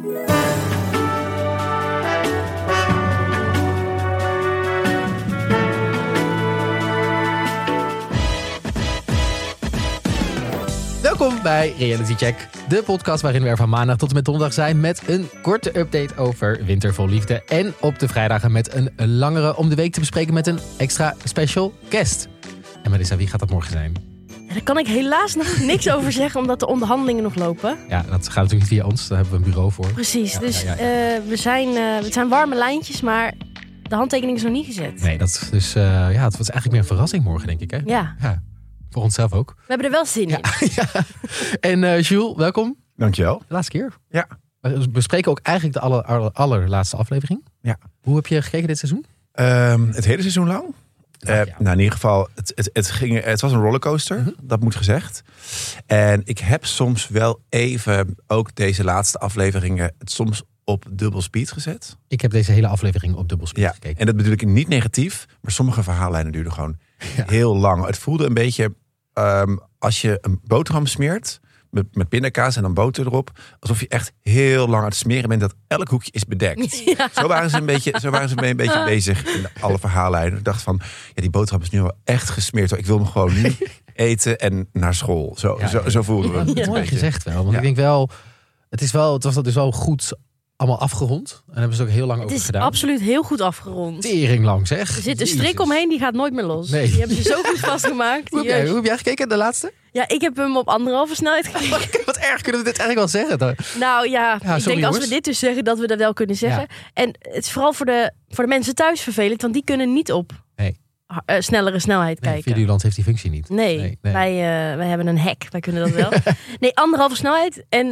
Welkom bij Reality Check, de podcast waarin we er van maandag tot en met donderdag zijn met een korte update over Winter Vol Liefde. En op de vrijdagen met een langere om de week te bespreken met een extra special guest. En Marissa, wie gaat dat morgen zijn? Ja, daar kan ik helaas nog niks over zeggen, omdat de onderhandelingen nog lopen. Ja, dat gaat natuurlijk niet via ons, daar hebben we een bureau voor. Precies, Ja, dus ja. het zijn warme lijntjes, maar de handtekening is nog niet gezet. Nee, dat is dus, het was eigenlijk meer een verrassing morgen, denk ik. Hè? Ja. Voor onszelf ook. We hebben er wel zin in. Ja. En Jules, welkom. Dankjewel. De laatste keer. Ja. We bespreken ook eigenlijk de allerlaatste aflevering. Ja. Hoe heb je gekeken dit seizoen? Het hele seizoen lang? Nou, in ieder geval, het was een rollercoaster, dat moet gezegd. En ik heb soms wel even, ook deze laatste afleveringen, het soms op dubbel speed gezet. Ik heb deze hele aflevering op dubbel speed gekeken. En dat bedoel ik niet negatief, maar sommige verhaallijnen duurden gewoon heel lang. Het voelde een beetje als je een boterham smeert met pindakaas en dan boter erop, alsof je echt heel lang aan het smeren bent dat elk hoekje is bedekt. Ja. Zo waren ze een beetje bezig in alle verhaallijnen. Ik dacht van, ja, die boterham is nu wel echt gesmeerd. Ik wil hem gewoon nu eten en naar school. Zo voelden we het. Ja, mooi gezegd wel. Want ik denk wel, het was dus wel goed allemaal afgerond. En hebben ze ook heel lang over gedaan. Het is absoluut heel goed afgerond. Tering lang, zeg. Er zit een strik omheen, die gaat nooit meer los. Nee. Die hebben ze zo goed vastgemaakt. Hoe heb jij gekeken, de laatste? Ja, ik heb hem op 1,5 snelheid gekeken. Wat erg, kunnen we dit eigenlijk wel zeggen? Dan? Nou ja, ik denk jongens. als we dit dus zeggen, dat we dat wel kunnen zeggen. Ja. En het is vooral voor de mensen thuis vervelend, want die kunnen niet op snellere snelheid kijken. Videoland heeft die functie niet. Nee. Wij hebben een hack, wij kunnen dat wel. Nee, 1,5 snelheid. En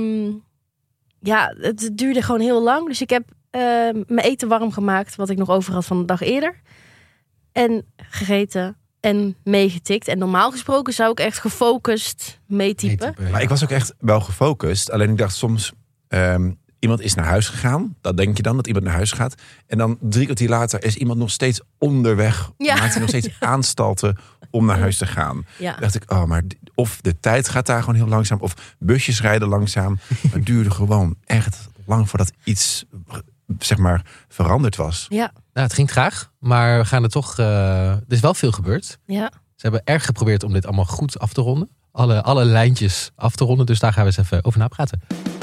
het duurde gewoon heel lang. Dus ik heb mijn eten warm gemaakt, wat ik nog over had van de dag eerder. En gegeten en meegetikt. En normaal gesproken zou ik echt gefocust meetypen. Maar ik was ook echt wel gefocust. Alleen ik dacht soms, iemand is naar huis gegaan. Dat denk je dan, dat iemand naar huis gaat. En dan 3 kwartier later is iemand nog steeds onderweg. Ja. Maakt hij nog steeds aanstalten om naar huis te gaan. Ja. Dacht ik, maar of de tijd gaat daar gewoon heel langzaam. Of busjes rijden langzaam. Maar het duurde gewoon echt lang voordat iets, zeg maar, veranderd was. Ja. Nou, het ging traag, maar we gaan er toch. Er is wel veel gebeurd. Ja. Ze hebben erg geprobeerd om dit allemaal goed af te ronden. Alle lijntjes af te ronden. Dus daar gaan we eens even over napraten.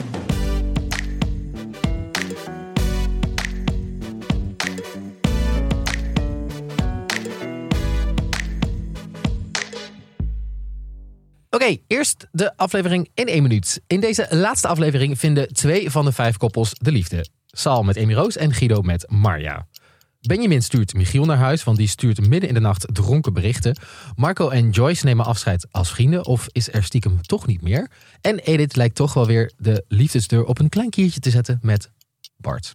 Oké, eerst de aflevering in 1 minuut. In deze laatste aflevering vinden 2 van de 5 koppels de liefde. Sal met Amy Roos en Guido met Marja. Benjamin stuurt Michiel naar huis, want die stuurt midden in de nacht dronken berichten. Marco en Joyce nemen afscheid als vrienden, of is er stiekem toch niet meer? En Edith lijkt toch wel weer de liefdesdeur op een klein kiertje te zetten met Bart.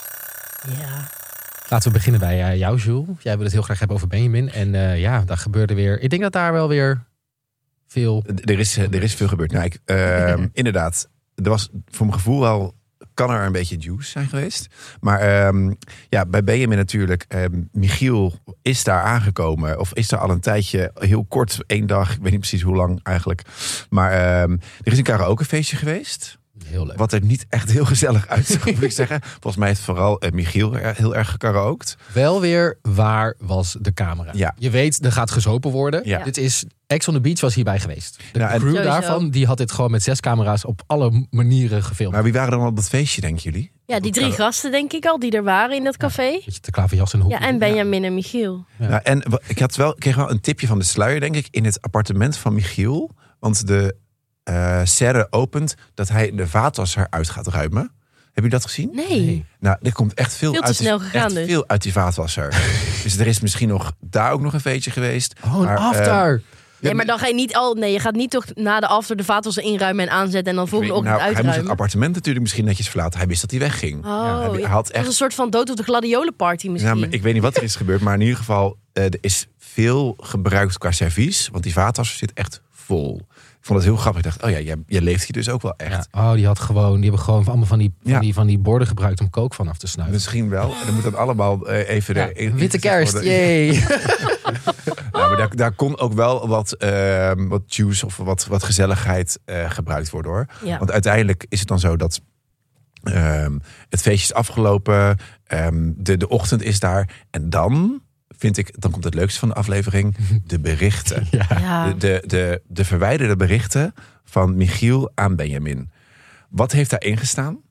Ja. Laten we beginnen bij jou, Jules. Jij wil het heel graag hebben over Benjamin. En daar gebeurde weer. Ik denk dat daar wel weer veel. Er is veel gebeurd. Nou, inderdaad, er was voor mijn gevoel wel. Kan er een beetje juice zijn geweest. Maar bij Benjamin natuurlijk. Michiel is daar aangekomen. Of is daar al een tijdje, heel kort, 1 dag. Ik weet niet precies hoe lang eigenlijk. Maar er is een karaokefeestje geweest. Heel leuk. Wat er niet echt heel gezellig uitzag, moet ik zeggen. Volgens mij heeft vooral Michiel heel erg gekaraokt. Wel weer, waar was de camera? Ja. Je weet, er gaat gezopen worden. Ja. Dit is, Ex on the Beach was hierbij geweest. De crew sowieso. daarvan, die had dit gewoon met 6 camera's op alle manieren gefilmd. Maar wie waren dan op dat feestje, denken jullie? Ja, die 3 gasten denk ik al, die er waren in dat café. Beetje te klaverjas en hoek. Ja, en Benjamin en Michiel. Ja. Nou, en ik kreeg wel een tipje van de sluier, denk ik, in het appartement van Michiel. Want de serre opent dat hij de vaatwasser uit gaat ruimen. Heb je dat gezien? Nee. Nou, er komt echt veel te uit, snel gegaan dus. veel uit die vaatwasser. Dus er is misschien nog daar ook nog een feestje geweest. Oh, een after. Nee, maar dan ga je niet je gaat niet toch na de after de vaatwasser inruimen en aanzetten en dan volgende ochtend uitruimen. Hij moest het appartement natuurlijk misschien netjes verlaten. Hij wist dat hij wegging. Hij had echt. Het was een soort van dood op de gladiolenparty misschien. Ja, maar ik weet niet wat er is gebeurd, maar in ieder geval er is veel gebruikt qua servies, want die vaatwasser zit echt vol. Ik vond het heel grappig. Ik dacht, jij leeft hier dus ook wel echt. Ja, die hebben gewoon allemaal van die borden gebruikt om kook vanaf te snuiven. Misschien wel. En dan moet dat allemaal even... witte kerst, jee. Nou, maar daar kon ook wel wat juice of wat gezelligheid gebruikt worden, hoor. Ja. Want uiteindelijk is het dan zo dat Het feestje is afgelopen. De ochtend is daar. En dan komt het leukste van de aflevering. De berichten. Ja. De verwijderde berichten van Michiel aan Benjamin. Wat heeft daarin gestaan?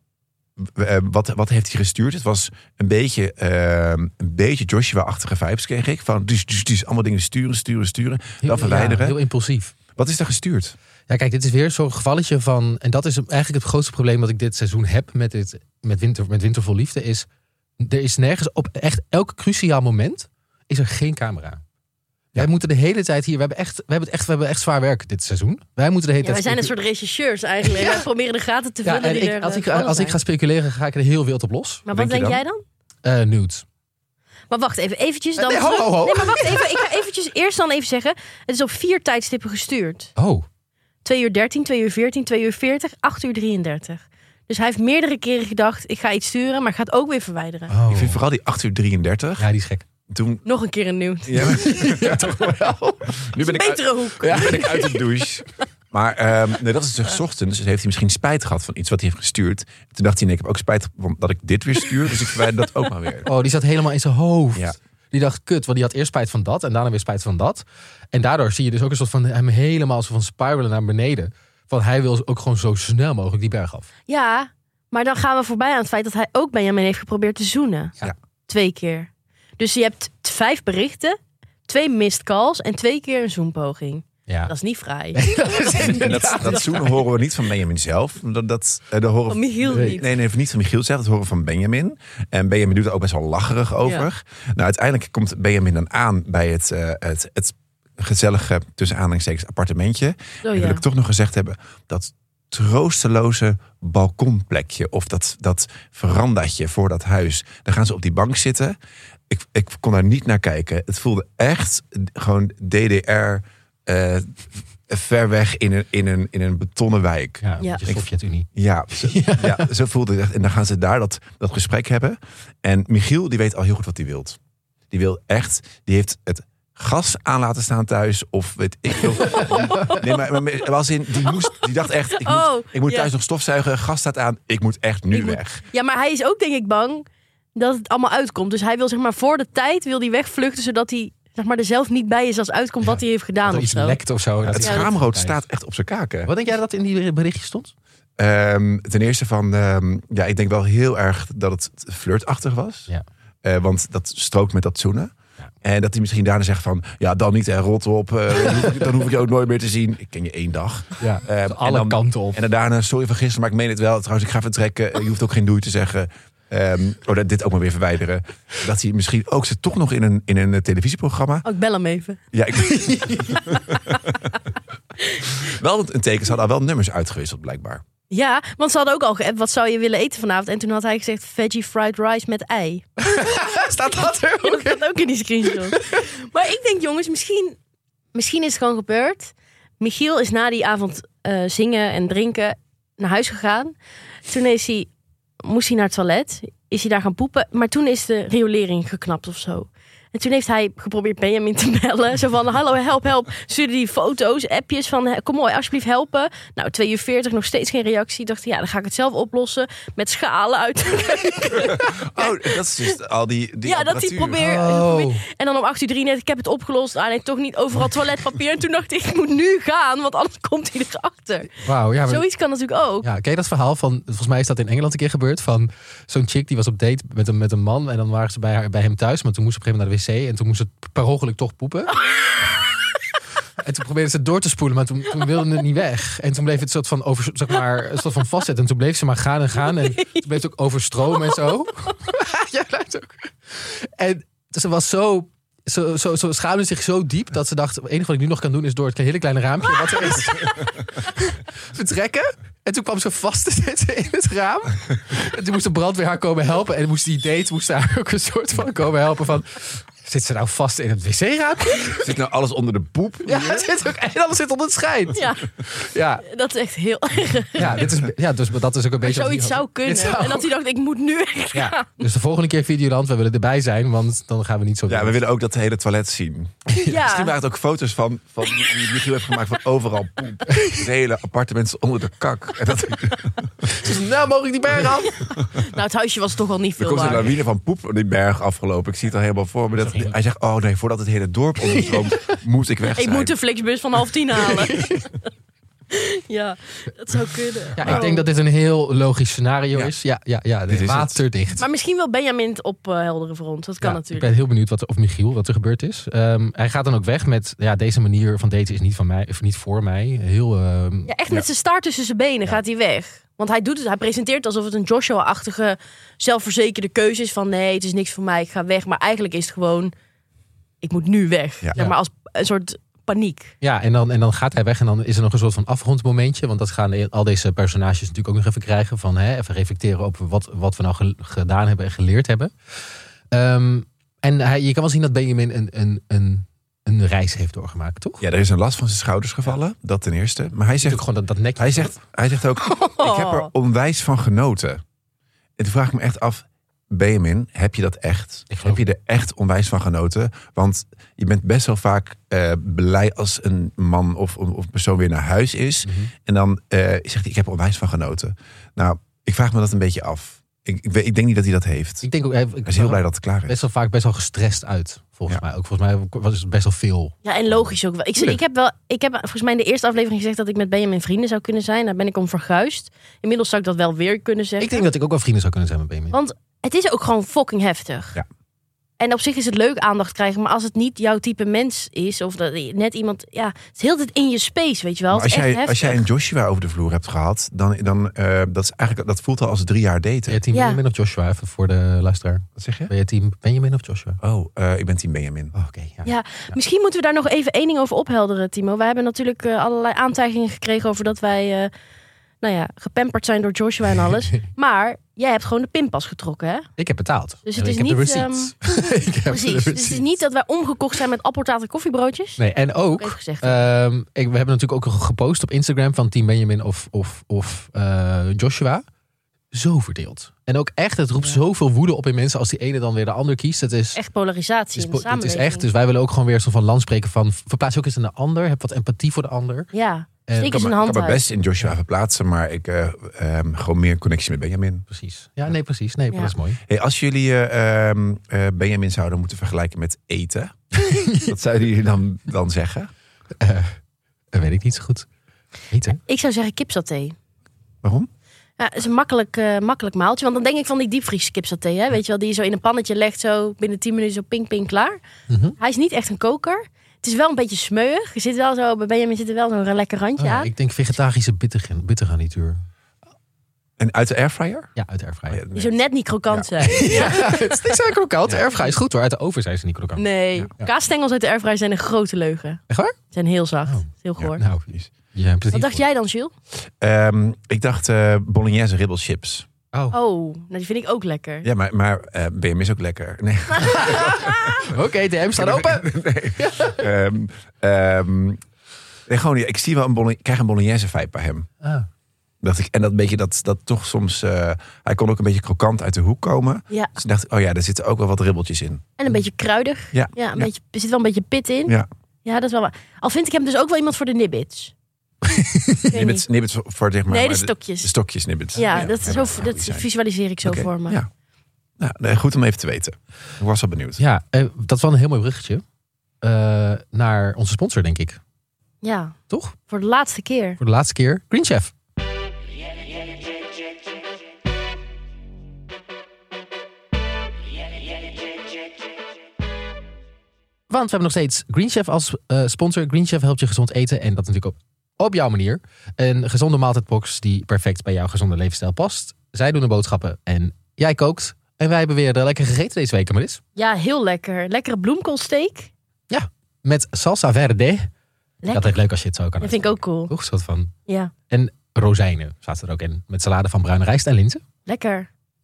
Wat heeft hij gestuurd? Het was een beetje Joshua-achtige vibes kreeg ik. Van dus allemaal dingen sturen. Dan verwijderen. Heel impulsief. Wat is daar gestuurd? Ja, kijk, dit is weer zo'n gevalletje van... En dat is eigenlijk het grootste probleem wat ik dit seizoen heb met Winter vol Liefde. Is, er is nergens op echt elk cruciaal moment is er geen camera. Wij moeten de hele tijd hier... We hebben echt zwaar werk dit seizoen. Wij moeten de hele tijd... Wij zijn een soort regisseurs eigenlijk. Wij proberen de gaten te vullen die er als ik ga speculeren, ga ik er heel wild op los. Maar wat denk jij dan? Nudes. Maar wacht eventjes. Dan Nee, ho. Nee, maar wacht even. Ik ga eventjes eerst dan even zeggen. Het is op 4 tijdstippen gestuurd. Oh. 2:13, 2:14, 2:40, 8:33. Dus hij heeft meerdere keren gedacht, ik ga iets sturen, maar ik ga het ook weer verwijderen. Oh. Ik vind vooral die 8:33. Ja, die is gek. Toen... Nog een keer een nieuw. Ja, toch wel. Nu ben ik uit de douche. Maar dat is dus 's ochtends. Dus heeft hij misschien spijt gehad van iets wat hij heeft gestuurd. Toen dacht hij, nee, ik heb ook spijt dat ik dit weer stuur. Dus ik verwijder dat ook maar weer. Oh, die zat helemaal in zijn hoofd. Ja. Die dacht, kut, want die had eerst spijt van dat en daarna weer spijt van dat. En daardoor zie je dus ook een soort van hem helemaal zo van spiralen naar beneden. Van hij wil ook gewoon zo snel mogelijk die berg af. Ja, maar dan gaan we voorbij aan het feit dat hij ook Benjamin heeft geprobeerd te zoenen. Ja. 2 keer. Dus je hebt 5 berichten, 2 missed calls en 2 keer een zoenpoging. Ja. Dat is niet fraai. En dat zoenen horen we niet van Benjamin zelf. Dat horen Van Michiel niet. Nee, niet van Michiel zelf. Dat horen we van Benjamin. En Benjamin doet er ook best wel lacherig over. Ja. Nou, uiteindelijk komt Benjamin dan aan bij het gezellige, tussen aanhalingstekens, appartementje. En wil ik toch nog gezegd hebben, dat troosteloze balkonplekje of dat verandaatje voor dat huis. Daar gaan ze op die bank zitten. Ik kon daar niet naar kijken. Het voelde echt gewoon DDR... ver weg in een betonnen wijk. Ja. Sovjet-Unie. Ja, zo voelde het echt. En dan gaan ze daar dat gesprek hebben. En Michiel, die weet al heel goed wat hij wil. Die heeft het gas aan laten staan thuis. Of weet ik veel. Nee, maar als in, die dacht echt, ik moet thuis nog stofzuigen. Gas staat aan. Ik moet echt nu weg. Ja, maar hij is ook denk ik bang dat het allemaal uitkomt. Dus hij wil zeg maar voor de tijd wil hij wegvluchten, zodat hij zeg maar er zelf niet bij is als uitkomt wat hij heeft gedaan. Dat of iets zo. lekt of zo. Het schaamrood staat echt op zijn kaken. Wat denk jij dat in die berichtje stond? Ten eerste van, ik denk wel heel erg dat het flirtachtig was. Ja. Want dat strookt met dat zoenen. Ja. En dat hij misschien daarna zegt van, ja, dan niet, rot op. Dan hoef ik je ook nooit meer te zien. Ik ken je 1 dag. Ja, alle kanten op. En daarna, sorry van gisteren, maar ik meen het wel. Trouwens, ik ga vertrekken. Je hoeft ook geen doei te zeggen. Dit ook maar weer verwijderen. Dat hij misschien ook zit toch nog in een televisieprogramma. Ik bel hem even. Ja, wel een teken, ze hadden al wel nummers uitgewisseld blijkbaar. Ja, want ze hadden ook al geappt, wat zou je willen eten vanavond? En toen had hij gezegd, veggie fried rice met ei. Staat dat er ook? Dat staat ook in die screenshot. Maar ik denk, jongens, misschien is het gewoon gebeurd. Michiel is na die avond zingen en drinken naar huis gegaan. Toen moest hij naar het toilet. Is hij daar gaan poepen. Maar toen is de riolering geknapt of zo. En toen heeft hij geprobeerd Benjamin te bellen. Zo van, hallo, help. Stuurde die foto's, appjes van, kom mooi, alsjeblieft helpen. Nou, 2:40, nog steeds geen reactie. Dacht hij, ja, dan ga ik het zelf oplossen. Met schalen uit de keuken. Oh, dat is dus al die ja, dat hij probeert. En dan om 8:33, ik heb het opgelost. Nee, toch niet overal toiletpapier. En toen dacht ik moet nu gaan, want anders komt hij erachter. Wauw, ja, Zoiets kan natuurlijk ook. Ja, ken je dat verhaal van, volgens mij is dat in Engeland een keer gebeurd, van zo'n chick die was op date met een man. En dan waren ze bij hem thuis, maar toen moest ze op een gegeven moment naar de wc. En toen moest het per ongeluk toch poepen. En toen probeerde ze het door te spoelen, maar toen wilde het niet weg. En toen bleef het een soort van vastzetten. En toen bleef ze maar gaan. En toen bleef het ook overstromen en zo. Ja, dat ook. En ze was zo schaamde zich zo diep dat ze dacht, het enige wat ik nu nog kan doen is door het hele kleine raampje wat er is vertrekken. En toen kwam ze vast te zitten in het raam. En toen moest de brandweer haar komen helpen. En moest die date haar ook een soort van komen helpen van, Zit ze nou vast in het wc-raampje? Zit nou alles onder de poep? Ja, het zit ook, en alles zit onder het schijt. Ja, dat is echt heel erg. Dus dat is ook een beetje... Zoiets zou kunnen. En dat hij dacht, ik moet nu echt gaan. Ja, dus de volgende keer Videoland, we willen erbij zijn, want dan gaan we niet zo... Ja, we willen ook dat hele toilet zien. Ja. Misschien waren het ook foto's van die Michiel heeft gemaakt van overal poep. Het hele appartement is onder de kak. En dat... Dus, nou, mogen ik die berg af? Nou, het huisje was toch al niet Er veel komt een waard. lawine van poep op die berg afgelopen. Ik zie het al helemaal voor me. Hij zegt, oh nee, voordat het hele dorp onderstroomt, moet ik weg zijn. Ik moet de Flixbus van 9:30 halen. Ja, dat zou kunnen. Ja, ik denk dat dit een heel logisch scenario is. Ja, Dit is waterdicht. Maar misschien wil Benjamin het ophelderen voor ons. Dat kan Ik natuurlijk. ben heel benieuwd of Michiel, wat er gebeurd is. Hij gaat dan ook weg met, deze manier van daten is niet van mij, of niet voor mij. Heel... Ja, echt met zijn staart tussen zijn benen gaat hij weg. Want hij doet het, hij presenteert alsof het een Joshua-achtige, zelfverzekerde keuze is van nee, het is niks voor mij, ik ga weg. Maar eigenlijk is het gewoon, ik moet nu weg. Ja. Zeg maar als een soort paniek. Ja, en dan gaat hij weg en dan is er nog een soort van afrondmomentje. Want dat gaan al deze personages natuurlijk ook nog even krijgen. Van even reflecteren op wat we nou gedaan hebben en geleerd hebben. En je kan wel zien dat Benjamin een reis heeft doorgemaakt, toch? Ja, er is een last van zijn schouders gevallen. Dat ten eerste. Maar hij zegt, Gewoon dat nekje. hij zegt ook, ik heb er onwijs van genoten. En toen vraag ik me echt af, Benjamin, heb je dat echt? Heb je er echt onwijs van genoten? Want je bent best wel vaak blij als een man of een persoon weer naar huis is. Mm-hmm. En dan zegt hij, ik heb er onwijs van genoten. Nou, ik vraag me dat een beetje af. Ik denk niet dat hij dat heeft. Ik denk ook, Hij is heel blij dat het klaar is. best wel vaak best wel gestrest uit, volgens mij. Ook volgens mij was het best wel veel. Ja, en logisch ook wel. Ik heb volgens mij in de eerste aflevering gezegd dat ik met Benjamin vrienden zou kunnen zijn. Daar ben ik om verguisd. Inmiddels zou ik dat wel weer kunnen zeggen. Ik denk dat ik ook wel vrienden zou kunnen zijn met Benjamin. Want het is ook gewoon fucking heftig. Ja. En op zich is het leuk aandacht krijgen. Maar als het niet jouw type mens is. Of dat net iemand. Ja, het is heel tijd in je space, weet je wel. Maar Het is echt heftig. als jij een Joshua over de vloer hebt gehad, dan dat is eigenlijk, dat voelt al als 3 jaar daten. Ben je team Ja. Benjamin of Joshua? Even voor de luisteraar. Wat zeg je? Ben je team Benjamin of Joshua? Ik ben team Benjamin. Oh, oké. Ja, misschien moeten we daar nog even één ding over ophelderen, Timo. Wij hebben natuurlijk allerlei aantijgingen gekregen over dat wij gepamperd zijn door Joshua en alles. Maar jij hebt gewoon de pinpas getrokken, hè? Ik heb betaald. Dus En het is ik heb niet, de receipts. Ik heb de Precies. Dus het is receipts. niet dat wij omgekocht zijn met appeltaart koffiebroodjes. Nee, en ook, Even gezegd. we hebben natuurlijk ook gepost op Instagram van Team Benjamin of Joshua. Zo verdeeld. En ook echt, het roept zoveel woede op in mensen als die ene dan weer de ander kiest. Het is Echt polarisatie in de het is samenleving. echt, dus wij willen ook gewoon weer zo van land spreken van verplaats je ook eens in de ander. Heb wat empathie voor de ander. Ja, En steek eens een Ik hand kan me uit. best in Joshua verplaatsen, maar ik gewoon meer connectie met Benjamin. Precies. Ja, nee, precies. Nee, Ja. dat is mooi. Hey, als jullie Benjamin zouden moeten vergelijken met eten, wat zouden jullie dan zeggen? Dat weet ik niet zo goed. Eten? Ik zou zeggen kipsaté. Waarom? Ja, het is een makkelijk maaltje. Want dan denk ik van die diepvries kipsaté. Hè? Weet je wel, die je zo in een pannetje legt. Zo binnen 10 minuten zo ping ping klaar. Mhm. Hij is niet echt een koker. Het is wel een beetje smeuig. Je zit wel zo, bij Benjamin zit er wel zo'n lekker randje Oh, aan. ik denk vegetarische bittergarnituur. En uit de airfryer? Ja, uit de airfryer. Oh, ja, Die zo net niet krokant zijn. Het is zijn krokant. De airfryer is goed hoor. Uit de oven zijn ze niet krokant. Nee, kaasstengels uit de airfryer zijn een grote leugen. Echt waar? Ze zijn heel zacht. Oh. Heel goor. Nou, jij hebt het Wat dacht jij dan, Jules? Ik dacht bolognese ribbelchips. Oh, Oh, nou die vind ik ook lekker. Ja, maar BM is ook lekker. Nee. oké, DM staat open. Nee, gewoon, ik zie wel ik krijg een bolognese vibe bij hem. Ah. Dacht ik, en dat beetje dat toch soms, hij kon ook een beetje krokant uit de hoek komen. Ja. Dus ik dacht, oh ja, daar zitten ook wel wat ribbeltjes in. En een beetje kruidig. Ja. Ja, beetje, er zit wel een beetje pit in. Ja. Ja, dat is wel waar. Al vind ik hem dus ook wel iemand voor de nibbits. Nibbits voor zeg maar. Nee, de maar stokjes. De stokjes nibbits. Ja, dat die zijn. visualiseer ik zo Oké, voor me. Ja. Nou, nee, goed om even te weten. Ik was wel benieuwd. Ja, dat is wel een heel mooi bruggetje. Naar onze sponsor, denk ik. Ja, Toch? voor de laatste keer. Voor de laatste keer. Green Chef. Want we hebben nog steeds Green Chef als sponsor. Green Chef helpt je gezond eten. En dat natuurlijk op jouw manier. Een gezonde maaltijdbox die perfect bij jouw gezonde levensstijl past. Zij doen de boodschappen en jij kookt. En wij hebben weer lekker gegeten deze week, Maris. Ja, heel lekker. Lekkere bloemkoolsteak. Met salsa verde. Lekker. Altijd leuk als je het zo kan. Dat vind ik ook cool. Toch? Soort van. Ja, En rozijnen staat er ook in. Met salade van bruine rijst en linzen. lekker.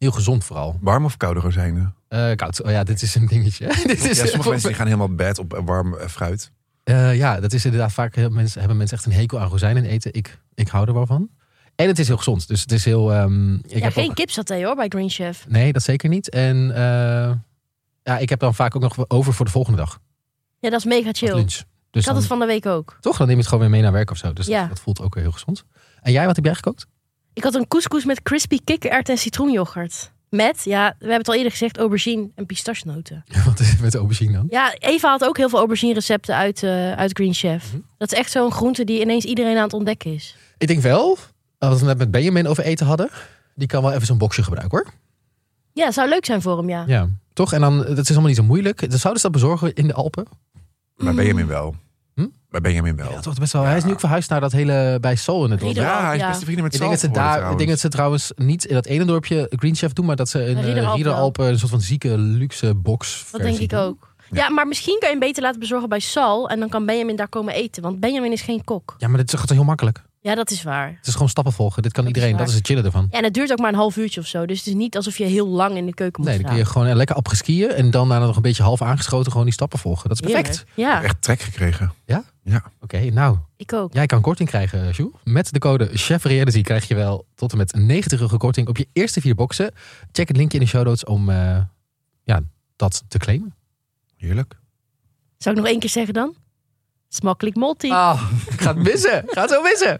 Heel gezond vooral. Warm of koude rozijnen? Koud. Oh ja, dit is een dingetje. Sommige mensen die gaan helemaal bad op warm fruit. Ja, dat is inderdaad vaak. Hebben mensen echt een hekel aan rozijnen eten. Ik hou er wel van. En het is heel gezond. Dus het is heel... ik heb geen kipsaté hoor bij Green Chef. Nee, dat zeker niet. En ik heb dan vaak ook nog over voor de volgende dag. Ja, dat is mega chill. Lunch. Dus ik had het van de week ook. Toch? Dan neem je het gewoon weer mee naar werk of zo. Dus ja. dat voelt ook weer heel gezond. En jij, wat heb jij gekookt? Ik had een couscous met crispy kikkererwten en citroenyoghurt. Met, we hebben het al eerder gezegd, aubergine en pistachenoten. Wat is het met de aubergine dan? Ja, Eva had ook heel veel aubergine recepten uit Green Chef. Dat is echt zo'n groente die ineens iedereen aan het ontdekken is. Ik denk wel, als we het met Benjamin over eten hadden, die kan wel even zo'n boxje gebruiken hoor. Ja, zou leuk zijn voor hem, ja. Ja, toch? En dan, dat is allemaal niet zo moeilijk. Zouden ze dat bezorgen in de Alpen? Maar Benjamin wel. Bij Benjamin wel. Ja, toch best wel. Ja. Hij is nu ook verhuisd naar dat hele bij Sol in het dorp. Ja, hij is beste vrienden met Sol. Ik denk dat ze trouwens niet in dat ene dorpje Green Chef doen, maar dat ze in Riederalpen een soort van zieke luxe box. Dat denk ik ook. Ja, maar misschien kan je hem beter laten bezorgen bij Sal en dan kan Benjamin daar komen eten. Want Benjamin is geen kok. Ja, maar dit gaat heel makkelijk. Ja, dat is waar. Het is gewoon stappen volgen. Dit kan iedereen. Dat is het chillen ervan. Ja, en het duurt ook maar een half uurtje of zo. Dus het is niet alsof je heel lang in de keuken moet staan. Nee, dan kun je gewoon lekker apres-skiën en dan daarna nog een beetje half aangeschoten gewoon die stappen volgen. Dat is perfect. Ja. Ik heb echt trek gekregen. Ja? Ja. Oké, nou. Ik ook. Jij kan korting krijgen, Jules. Met de code CHEFREALITY krijg je wel tot en met €90 korting op je eerste 4 boxen. Check het linkje in de show notes om dat te claimen. Heerlijk. Zou ik nog 1 keer zeggen dan? Smakelijk multi. Ik ga het missen. Ga het zo missen.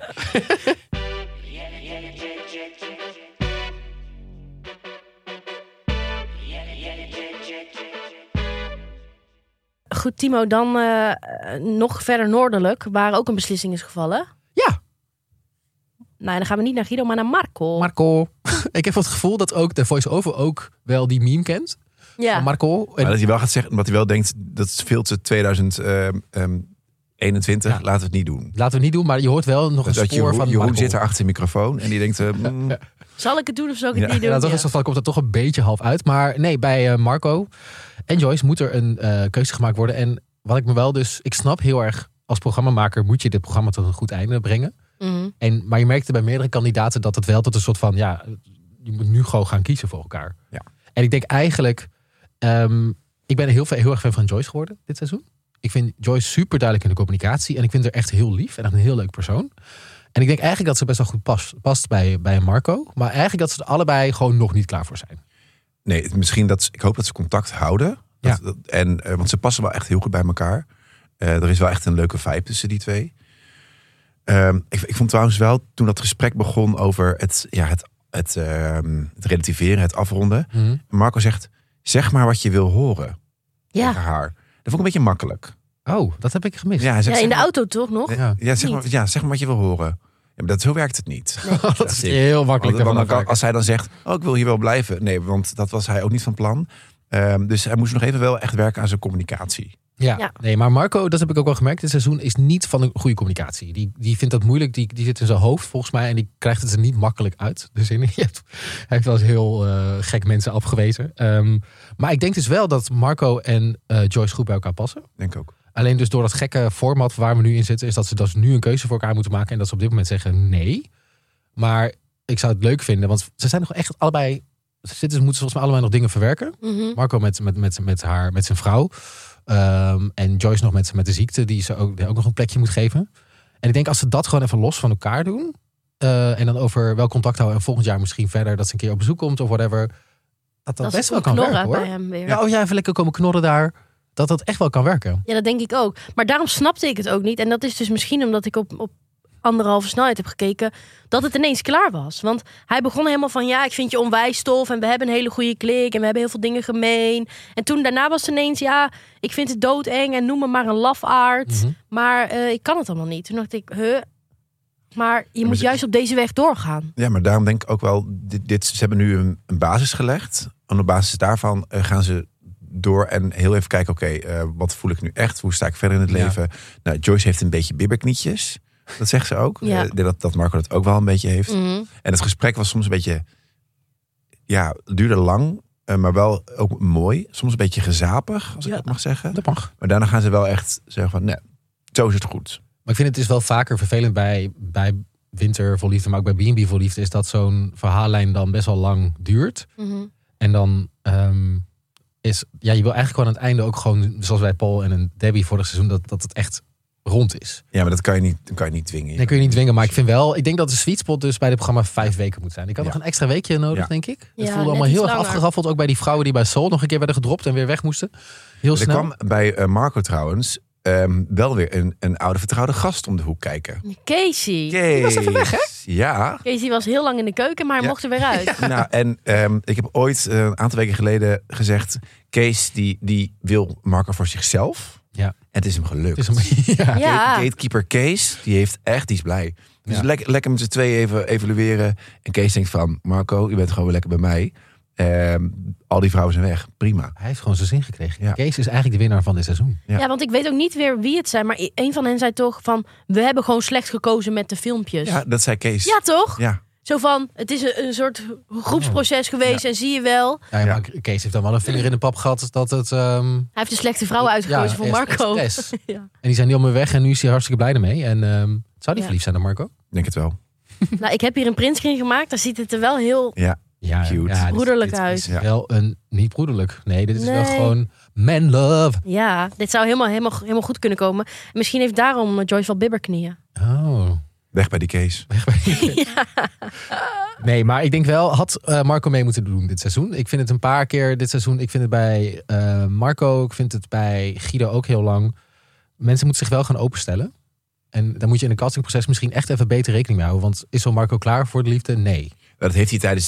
Goed, Timo, dan nog verder noordelijk, waar ook een beslissing is gevallen. Ja. Nou, dan gaan we niet naar Guido, maar naar Marco. Marco. Ik heb het gevoel dat ook de voice-over ook wel die meme kent. Ja. Van Marco. Maar dat hij wel gaat zeggen, omdat hij wel denkt, dat is veel te 2021, laten we het niet doen. Laten we het niet doen, maar je hoort wel nog een spoor van Jeroen Marco. zit er achter de microfoon en die denkt... Zal ik het doen of zal ik het niet doen? Ja, toch komt het toch een beetje half uit. Maar nee, bij Marco en Joyce moet er een keuze gemaakt worden. En wat ik me wel dus... Ik snap heel erg, als programmamaker moet je dit programma tot een goed einde brengen. Mm-hmm. Maar je merkte bij meerdere kandidaten dat het wel tot een soort van... Ja, je moet nu gewoon gaan kiezen voor elkaar. Ja. En ik denk eigenlijk... ik ben heel erg fan van Joyce geworden dit seizoen. Ik vind Joyce super duidelijk in de communicatie. En ik vind haar echt heel lief en echt een heel leuk persoon. En ik denk eigenlijk dat ze best wel goed past bij Marco. Maar eigenlijk dat ze er allebei gewoon nog niet klaar voor zijn. Nee, misschien ik hoop dat ze contact houden. Want ze passen wel echt heel goed bij elkaar. Er is wel echt een leuke vibe tussen die twee. Ik vond trouwens wel, toen dat gesprek begon over het relativeren, het afronden. Mm-hmm. Marco zegt, zeg maar wat je wil horen. Ja. Tegen haar. Dat vond ik een beetje makkelijk. Oh, dat heb ik gemist. Ja, hij zegt, in de auto toch nog? Zeg maar wat je wil horen. Ja, maar zo werkt het niet. Nee. Dat is heel makkelijk. Als hij dan zegt, ik wil hier wel blijven. Nee, want dat was hij ook niet van plan. Dus hij moest nog even wel echt werken aan zijn communicatie. Ja, nee, maar Marco, dat heb ik ook wel gemerkt. Dit seizoen is niet van een goede communicatie. Die vindt dat moeilijk. Die zit in zijn hoofd volgens mij. En die krijgt het er niet makkelijk uit. Dus hij heeft wel eens heel gek mensen afgewezen. Maar ik denk dus wel dat Marco en Joyce goed bij elkaar passen. Denk ook. Alleen dus door dat gekke format waar we nu in zitten... is dat ze dus nu een keuze voor elkaar moeten maken... en dat ze op dit moment zeggen nee. Maar ik zou het leuk vinden, want ze zijn nog echt allebei... moeten volgens mij allebei nog dingen verwerken. Mm-hmm. Marco met zijn vrouw. En Joyce nog met de ziekte... die ze ook nog een plekje moet geven. En ik denk als ze dat gewoon even los van elkaar doen... en dan over wel contact houden... en volgend jaar misschien verder dat ze een keer op bezoek komt of whatever... dat best wel kan werken, hoor. Bij hem weer. Ja, even lekker komen knorren daar... dat echt wel kan werken. Ja, dat denk ik ook. Maar daarom snapte ik het ook niet. En dat is dus misschien omdat ik op anderhalve snelheid heb gekeken... dat het ineens klaar was. Want hij begon helemaal van... ik vind je onwijs tof... en we hebben een hele goede klik... en we hebben heel veel dingen gemeen. En toen daarna was het ineens... ik vind het doodeng... en noem me maar een lafaard. Mm-hmm. Maar ik kan het allemaal niet. Toen dacht ik... maar je moet juist op deze weg doorgaan. Ja, maar daarom denk ik ook wel... ze hebben nu een basis gelegd. En op basis daarvan gaan ze... door en heel even kijken, wat voel ik nu echt? Hoe sta ik verder in het leven? Nou, Joyce heeft een beetje bibberknietjes. Dat zegt ze ook. Ja. Ik denk dat Marco dat ook wel een beetje heeft. Mm-hmm. En het gesprek was soms een beetje... duurde lang, maar wel ook mooi. Soms een beetje gezapig, als ik dat mag zeggen. Dat mag. Maar daarna gaan ze wel echt zeggen van... nee, zo is het goed. Maar ik vind het is wel vaker vervelend bij Winter Vol Liefde, maar ook bij B&B Vol Liefde, is dat zo'n verhaallijn dan best wel lang duurt. Mhm. En dan je wil eigenlijk gewoon aan het einde ook gewoon, zoals bij Paul en Debbie vorig seizoen, dat het echt rond is. Ja, maar dat kan je niet dwingen. Nee, kun je niet dwingen, maar ik denk dat de sweet spot dus bij dit programma 5 weken moet zijn. Ik had nog een extra weekje nodig, denk ik. Het Ja, voelde net allemaal iets heel erg langer. afgeraffeld, ook bij die vrouwen die bij Soul nog een keer werden gedropt en weer weg moesten. Heel Er snel. kwam bij Marco trouwens wel weer een oude vertrouwde gast om de hoek kijken. Casey. Die was even weg, hè? Ja. Casey was heel lang in de keuken, maar hij Ja. mocht er weer uit. Nou, en ik heb ooit een aantal weken geleden gezegd, Kees die wil Marco voor zichzelf. Ja. En het is hem gelukt. Het is ja. Ja. Gatekeeper Kees, die is blij. Dus Ja. lekker met z'n tweeën even evalueren. En Kees denkt van, Marco, je bent gewoon weer lekker bij mij. Al die vrouwen zijn weg. Prima. Hij heeft gewoon zijn zin gekregen. Ja. Kees is eigenlijk de winnaar van dit seizoen. Ja. Ja, want ik weet ook niet weer wie het zijn. Maar een van hen zei toch van, we hebben gewoon slecht gekozen met de filmpjes. Ja, dat zei Kees. Ja, toch? Ja. Zo van, het is een soort groepsproces geweest en zie je wel. Ja, Ja. maar Kees heeft dan wel een vinger in de pap gehad dat het... Hij heeft de slechte vrouwen uitgekozen voor Marco. expres. Ja. En die zijn niet allemaal weg en nu is hij hartstikke blij ermee. En zou die verliefd zijn op Marco? Ik denk het wel. Nou, ik heb hier een printscreen gemaakt. Daar ziet het er wel heel Ja. Ja, Cute. Ja, broederlijk dit uit. is Ja. wel een... Niet broederlijk. Nee, dit is wel Nee. gewoon man love. Ja, dit zou helemaal goed kunnen komen. Misschien heeft daarom Joyce wel bibberknieën. Oh. Weg bij die Kees. Nee, maar ik denk wel, had Marco mee moeten doen dit seizoen. Ik vind het een paar keer dit seizoen. Ik vind het bij Marco, ik vind het bij Guido ook heel lang. Mensen moeten zich wel gaan openstellen. En daar moet je in een castingproces misschien echt even beter rekening mee houden. Want is zo Marco klaar voor de liefde? Nee. Dat heeft hij tijdens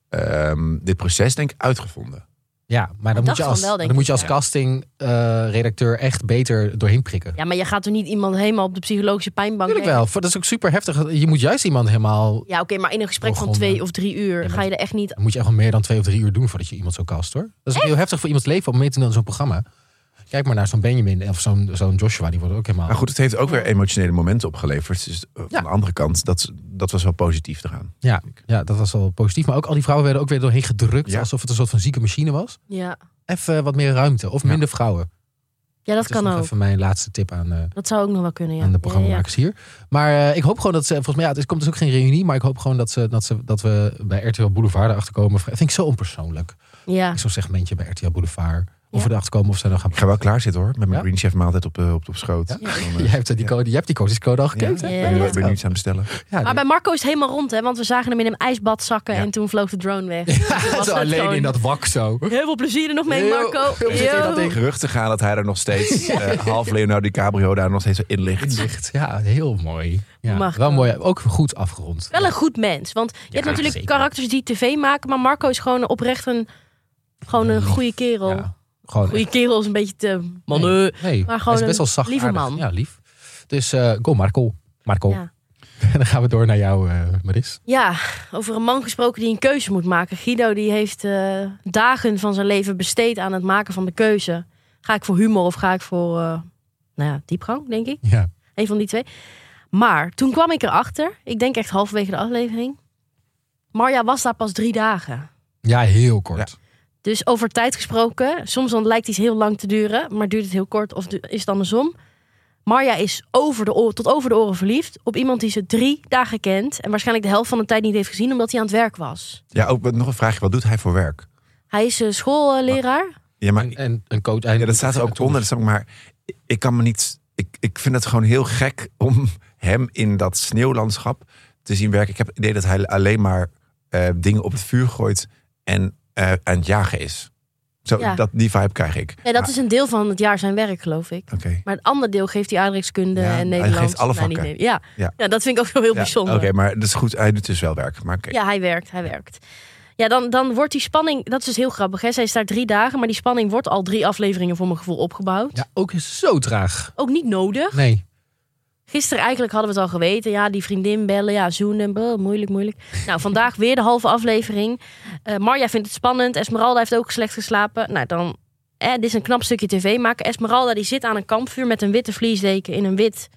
dit proces denk ik uitgevonden. Ja, maar dan, moet je, van als, wel, denk dan moet ik, je als ja. castingredacteur echt beter doorheen prikken. Ja, maar je gaat er niet iemand helemaal op de psychologische pijnbank Natuurlijk leggen. wel. Dat is ook super heftig. Je moet juist iemand helemaal... Ja, oké, maar in een gesprek van Doorgronden. 2 of 3 uur maar ga je er echt niet... Dan moet je echt wel meer dan 2 of 3 uur doen voordat je iemand zo cast, hoor. Dat is ook heel heftig voor iemands leven om mee te doen aan zo'n programma. Kijk maar naar zo'n Benjamin of zo'n Joshua, die wordt ook helemaal... Maar goed, het heeft ook weer emotionele momenten opgeleverd. Dus van Ja. de andere kant, dat was wel positief te gaan. Ja, dat was wel positief. Maar ook al die vrouwen werden ook weer doorheen gedrukt. Ja. Alsof het een soort van zieke machine was. Ja, Even wat meer ruimte. Of minder vrouwen. ja dat Dat kan is nog ook. even mijn laatste tip aan, Dat zou ook nog wel kunnen, ja. aan de Ja, programmamakers hier. Maar ik hoop gewoon dat ze... Volgens mij, het komt dus ook geen reunie. Maar ik hoop gewoon dat we bij RTL Boulevard erachter komen. Dat vind ik zo onpersoonlijk. Ja. Zo'n segmentje bij RTL Boulevard. Of Ja. we erachter komen of ze dan gaan... Ik ga wel klaar zitten hoor, met mijn Ja? Green Chef maaltijd op schoot. Ja? Dan, Je hebt die code, je hebt die code al gekeken. Ja. Ben je nu iets aan het bestellen? Ja, Maar bij Marco is het helemaal rond, hè? Want we zagen hem in een ijsbad zakken Ja. en toen vloog de drone weg. Dus toen was zo het alleen gewoon in dat wak zo. Heel veel plezier er nog mee, Heel Marco. veel plezier in dat Yo. ding. Geruchten gaan dat hij er nog steeds half Leonardo DiCaprio daar nog steeds in ligt. Licht. Ja, heel mooi. Ja, Marco. wel mooi. Ook goed afgerond. Wel een goed mens. Want je hebt natuurlijk zeker. karakters die tv maken, maar Marco is gewoon oprecht een goede kerel. Ja, gewoon Goede kerel is een beetje te... Man, Nee, Maar gewoon hij is best wel een zacht, lieve aardig. man. Ja, lief. Dus go Marco. Marco. Ja. En dan gaan we door naar jou, Maris. Ja, over een man gesproken die een keuze moet maken. Guido die heeft dagen van zijn leven besteed aan het maken van de keuze. Ga ik voor humor of ga ik voor diepgang, denk ik. Ja. Een van die twee. Maar toen kwam ik erachter, ik denk echt halverwege de aflevering. Marja was daar pas 3 dagen. Ja, heel kort. Dus over tijd gesproken, soms dan lijkt iets heel lang te duren, maar duurt het heel kort of is het andersom. Marja is tot over de oren verliefd op iemand die ze 3 dagen kent en waarschijnlijk de helft van de tijd niet heeft gezien omdat hij aan het werk was. Ja, ook nog een vraagje. Wat doet hij voor werk? Hij is schoolleraar. Ja, maar En een coach. ja, dat staat er ook onder. Dat snap ik, maar ik kan me niet... Ik vind het gewoon heel gek om hem in dat sneeuwlandschap te zien werken. Ik heb het idee dat hij alleen maar dingen op het vuur gooit en aan het jagen is. Zo, Ja. die vibe krijg ik. Ja, dat is een deel van het jaar zijn werk, geloof ik. Oké. Maar het andere deel geeft hij aardrijkskunde Ja, en hij Nederlands. geeft alle Nee, niet vakken. Nederlands. Ja, dat vind ik ook wel heel Ja, bijzonder. Oké, maar dat is goed. Hij doet dus wel werk. Maar oké. Ja, hij werkt. Ja, dan wordt die spanning... Dat is dus heel grappig, hè? Zij is daar 3 dagen, maar die spanning wordt al 3 afleveringen voor mijn gevoel opgebouwd. Ja, ook zo traag. Ook niet nodig. Nee. Gisteren eigenlijk hadden we het al geweten. Ja, die vriendin bellen, ja, zoenen, moeilijk. Nou, vandaag weer de halve aflevering. Marja vindt het spannend. Esmeralda heeft ook slecht geslapen. Nou, dan... dit is een knap stukje tv maken. Esmeralda die zit aan een kampvuur met een witte vliesdeken in een wit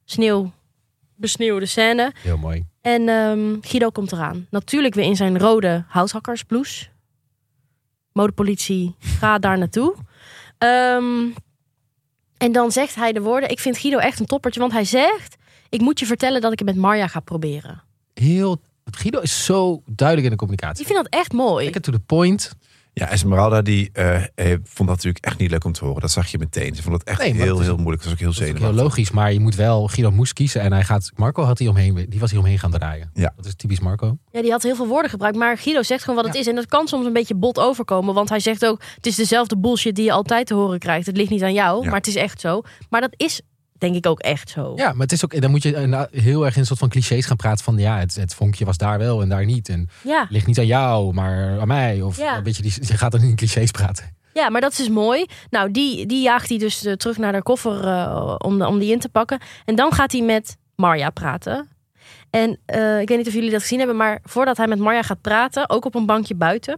besneeuwde scène. Heel mooi. En Guido komt eraan. Natuurlijk weer in zijn rode houthakkersblouse. Modepolitie, ga daar naartoe. En dan zegt hij de woorden... Ik vind Guido echt een toppertje, want hij zegt... ik moet je vertellen dat ik het met Marja ga proberen. Guido is zo duidelijk in de communicatie. Ik vind dat echt mooi. Lekker to the point. Ja, Esmeralda die vond dat natuurlijk echt niet leuk om te horen. Dat zag je meteen. Ze vond het echt heel moeilijk. Dat was ook heel Dat is ook zenuwachtig. heel logisch, maar je moet wel... Guido moest kiezen en Marco was hier omheen gaan draaien. Ja. Dat is typisch Marco. Ja, die had heel veel woorden gebruikt. Maar Guido zegt gewoon wat het is. En dat kan soms een beetje bot overkomen. Want hij zegt ook, het is dezelfde bullshit die je altijd te horen krijgt. Het ligt niet aan jou, maar het is echt zo. Maar dat is denk ik ook echt zo. Ja, maar het is ook, dan moet je heel erg in een soort van clichés gaan praten van het vonkje was daar wel en daar niet. En het ligt niet aan jou, maar aan mij. Of een beetje je gaat dan in clichés praten. Ja, maar dat is dus mooi. Nou, die jaagt hij dus terug naar de koffer om die in te pakken. En dan gaat hij met Marja praten. En ik weet niet of jullie dat gezien hebben, maar voordat hij met Marja gaat praten, ook op een bankje buiten,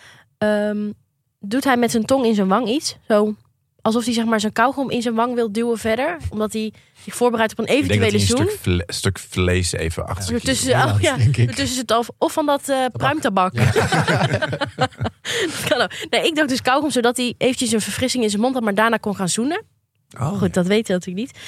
doet hij met zijn tong in zijn wang iets. Zo, alsof hij zeg maar zijn kauwgom in zijn wang wil duwen verder. Omdat hij zich voorbereidt op een eventuele zoen. Ik denk dat hij een stuk vlees even achter zich. Tussen zit of van dat pruimtabak. Ja. Dat kan ook. Nee, ik dacht dus kauwgom, zodat hij eventjes een verfrissing in zijn mond had, maar daarna kon gaan zoenen. Goed, dat weet hij natuurlijk niet.